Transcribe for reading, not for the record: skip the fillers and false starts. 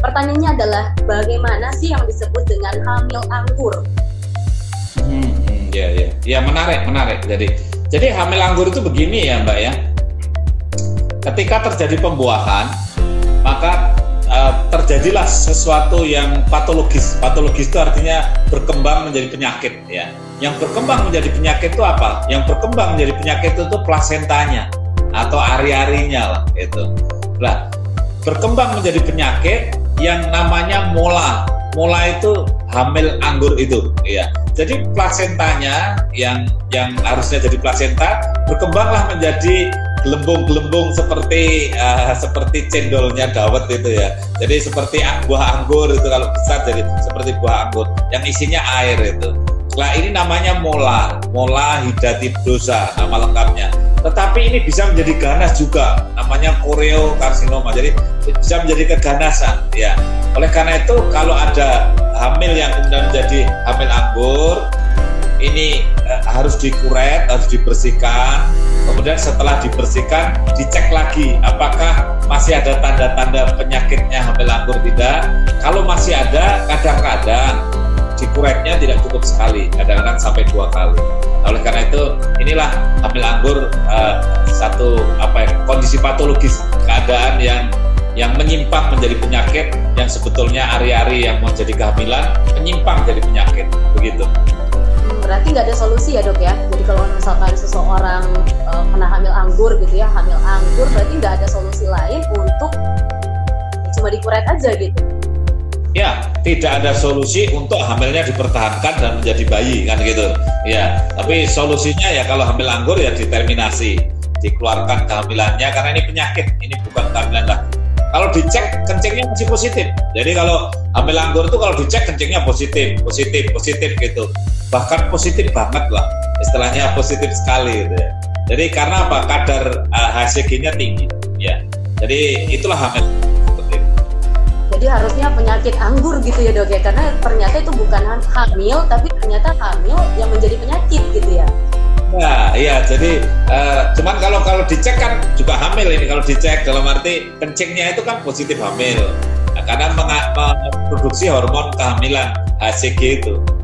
pertanyaannya adalah bagaimana sih yang disebut dengan hamil anggur? Ya menarik. Jadi hamil anggur itu begini ya Mbak ya. Ketika terjadi pembuahan, maka terjadilah sesuatu yang patologis. Patologis itu artinya berkembang menjadi penyakit ya. Yang berkembang menjadi penyakit itu apa? Yang berkembang menjadi penyakit itu plasentanya atau ari-arinya lah gitu. Nah, berkembang menjadi penyakit yang namanya mola. Mola itu hamil anggur itu ya. Jadi plasentanya yang harusnya jadi plasenta berkembanglah menjadi gelembung-gelembung seperti cendolnya dawet itu ya. Jadi seperti buah anggur itu kalau besar jadi seperti buah anggur yang isinya air itu. Nah ini namanya mola hidatidosa nama lengkapnya. Tetapi ini bisa menjadi ganas juga, namanya koreo-karsinoma. Jadi bisa menjadi keganasan ya. Oleh karena itu kalau ada hamil yang kemudian menjadi hamil anggur, ini harus dikuret, harus dibersihkan. Kemudian setelah dibersihkan, dicek lagi apakah masih ada tanda-tanda penyakitnya hamil anggur tidak. Kalau masih ada, kadang-kadang dikuretnya tidak cukup sekali, kadang-kadang sampai 2 kali. Oleh karena itu, inilah hamil anggur satu kondisi patologis, keadaan yang menyimpang menjadi penyakit yang sebetulnya ari-ari yang mau jadi kehamilan menyimpang jadi penyakit, begitu. Berarti nggak ada solusi ya dok ya? Jadi kalau misalkan seseorang kena hamil anggur gitu ya, hamil anggur berarti nggak ada solusi lain untuk cuma dikuret aja gitu? Ya, tidak ada solusi untuk hamilnya dipertahankan dan menjadi bayi kan gitu. Ya, tapi solusinya ya kalau hamil anggur ya diterminasi, dikeluarkan kehamilannya karena ini penyakit, ini bukan kehamilan lagi. Kalau dicek kencingnya masih positif. Jadi kalau hamil anggur itu kalau dicek kencingnya positif gitu. Bahkan positif banget lah, istilahnya positif sekali gitu ya. Jadi karena apa? Kadar HCG-nya tinggi ya. Jadi itulah hamil. Jadi harusnya penyakit anggur gitu ya dok ya, karena ternyata itu bukan hamil, tapi ternyata hamil yang menjadi penyakit gitu ya. Nah, iya. Jadi cuman kalau dicek kan juga hamil ini. Kalau dicek dalam arti kencingnya itu kan positif hamil, karena memproduksi hormon kehamilan HCG itu.